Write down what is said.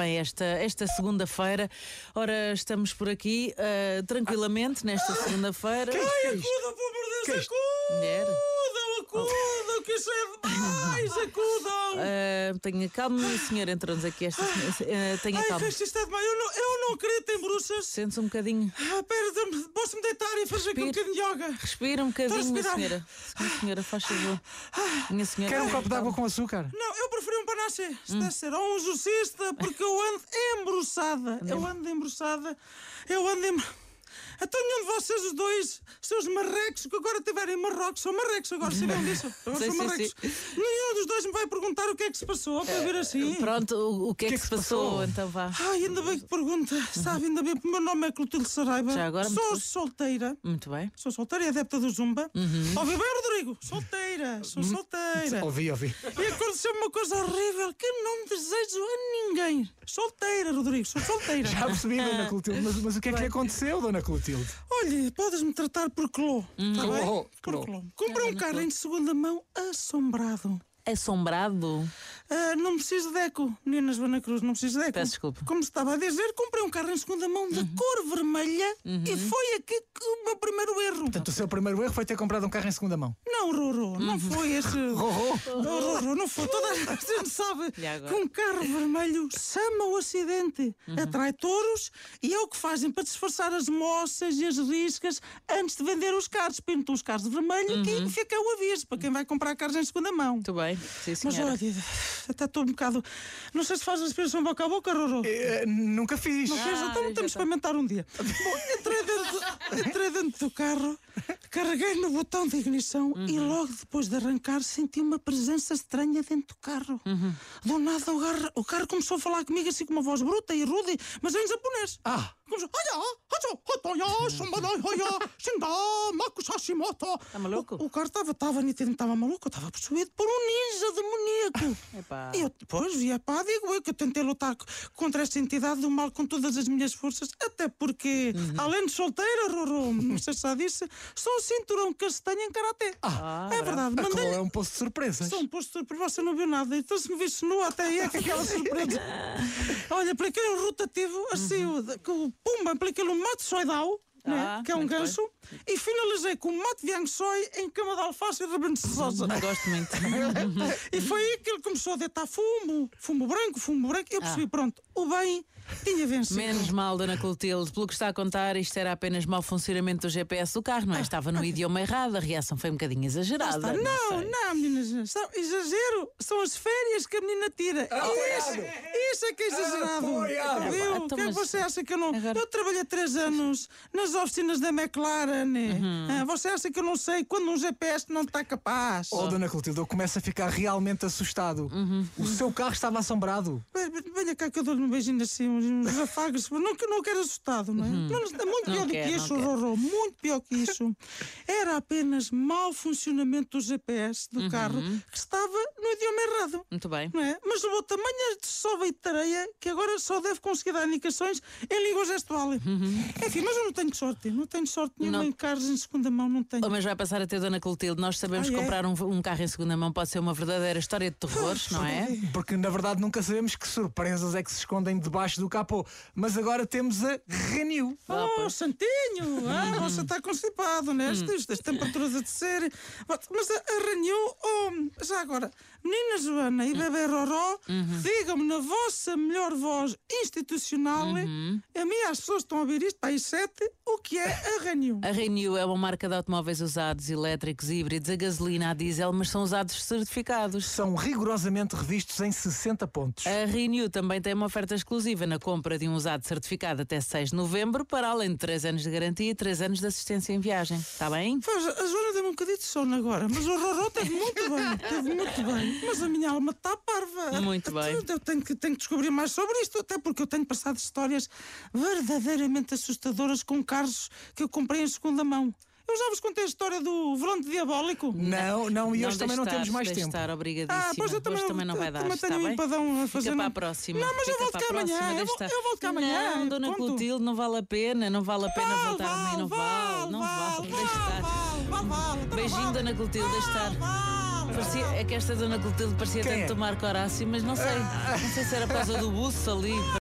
vai esta segunda-feira. Ora, estamos por aqui tranquilamente nesta segunda-feira. Ai, acuda, pelo amor de Deus, Mulher. acudam, que isso é demais, acudam. Tenha calma, minha senhora, entrou-nos aqui esta tenha Ai, calma. que isto é demais, eu não acredito em bruxas. Sente-se um bocadinho. Pera, posso-me deitar e fazer aqui um bocadinho de yoga? Respira um bocadinho, minha senhora. Minha senhora, faz favor. Minha senhora. Quer um copo de água com açúcar? Não, eu preferi um panache. Se deve ser ou um exorcista, porque eu ando embruçada. Eu ando embruçada. Então nenhum de vocês os dois, seus marrecos, que agora tiverem em Marrocos, são marrecos agora, sabiam disso? Agora são marrecos. Nenhum dos dois me vai perguntar o que é que se passou, para ver assim. Pronto, o que é que se passou? Então vá. Ai, ainda bem que pergunta, sabe, ainda bem, porque o meu nome é Clotilde Saraiva. Já agora sou solteira. Muito bem. Sou solteira e adepta do Zumba. Ouviu bem, Rodrigo? Sou solteira. Ouvi. E aconteceu-me uma coisa horrível que não desejo a ninguém. Solteira, Rodrigo, sou solteira. Já percebi, Dona Clotilde, mas o que é que lhe aconteceu, Dona Clotilde? Olha, podes-me tratar por Clô. Tá bem? Clô. Por Clô. Comprei um carro em segunda mão assombrado. Assombrado? Não preciso de eco, meninas Joana Cruz, não preciso de eco. Peço desculpa. Como estava a dizer, comprei um carro em segunda mão de cor vermelha e foi aqui que o meu primeiro erro. Portanto, o seu primeiro erro foi ter comprado um carro em segunda mão. Não, Rorô, não foi esse. Rorô, não foi. Toda a gente sabe que um carro vermelho chama o acidente, atrai touros e é o que fazem para disfarçar as moças e as riscas antes de vender os carros. Pintam os carros de vermelho e fica o aviso para quem vai comprar carros em segunda mão. Muito bem. Sim, Mas senhora. olha, até estou um bocado. Não sei se faz aspiração boca a boca, Rorô. Nunca fiz. Não fez? Então temos que experimentar um dia. Bom, entrei dentro do carro, carreguei no botão de ignição e logo depois de arrancar senti uma presença estranha dentro do carro. Do nada o carro começou a falar comigo assim com uma voz bruta e rude, mas em japonês. Começou, Está maluco? O carro estava nitidamente, estava maluco, eu estava possuído por um ninja demoníaco. Epá. E eu depois via digo eu que eu tentei lutar contra esta entidade do mal com todas as minhas forças, até porque, além de solteira, Rorô, não sei se já disse, sou cinturão castanho em karaté. É verdade, A Clô é um poço de surpresas. sou um posto de surpresa, você não viu nada. Então se me visse nua, até aí é que aquela surpresa. Olha, para aquele rotativo, assim, pumba, para aquele matsoidao, né, que é um muito gancho, e finalizei com o mate viangsoi em cama de alface e rebento de sosa. Não gosto muito. E foi aí que ele começou a deitar fumo branco, e eu percebi, pronto, o bem tinha vencido. Menos mal, Dona Clotilde. Pelo que está a contar, isto era apenas mau funcionamento do GPS do carro, não é? Estava no idioma errado, a reação foi um bocadinho exagerada. Não, meninas, exagero. São as férias que a menina tira. Isso é que é exagerado. Viu? O que é que você acha que eu não. Agora... Eu trabalhei 3 anos nas oficinas da McLaren. Você acha que eu não sei quando um GPS não está capaz? Dona Clotilde, eu começo a ficar realmente assustado. O seu carro estava assombrado. Venha cá que eu dou-lhe um beijinho assim, uns afagos. Não quero assustado, não é? É muito pior do que isso, Rorô. Muito pior que isso. Era apenas mau funcionamento do GPS do carro que estava no idioma errado. Muito bem. Não é? Mas levou tamanhas de sova e de tareia que agora só deve conseguir dar indicações em língua gestual. Enfim, mas eu não tenho sorte. Não tenho sorte nenhuma em carros em segunda mão, não tenho. Mas vai passar a ter, Dona Clotilde. Nós sabemos que comprar um carro em segunda mão pode ser uma verdadeira história de terrores, não é? Porque na verdade nunca sabemos que surpresas é que se escondem debaixo do capô. Mas agora temos a Renew. Santinho! Você está constipado, né? Estas temperaturas a descer. Mas a Renew, já agora, menina Joana e bebê Roró, digam-me na vossa melhor voz institucional, a mim as pessoas estão a ouvir isto, para aí 7, o que é a Renew? A Renew é uma marca de automóveis usados, elétricos, híbridos, a gasolina, a diesel, mas são usados certificados. São rigorosamente revistos em 60 pontos. A Renew também tem uma oferta exclusiva na compra de um usado certificado até 6 de novembro, para além de 3 anos de garantia e 3 anos de assistência em viagem. Está bem? A Joana deu-me um bocadinho de sono agora, mas o Roró teve muito bem. Mas a minha alma está parva. Muito bem. Eu tenho que descobrir mais sobre isto, até porque eu tenho passado histórias verdadeiramente assustadoras com carros que eu comprei em segunda mão. Eu já vos contei a história do volante diabólico. Não, e hoje também não temos mais tempo. Estar, obrigadíssima. Pois eu também, hoje também não vai dar, também está tenho um bem? empadão a fazer. Fica para a próxima. Não, mas eu volto cá amanhã. Eu volto cá amanhã. Não, Dona Clotilde, não vale a pena voltar a mim. Não vale. Deixa estar. Beijinho, Dona Clotilde, deixa estar. É que esta Dona Clotilde parecia tanto tomar Corácio, mas não sei. Não sei se era por causa do buço ali.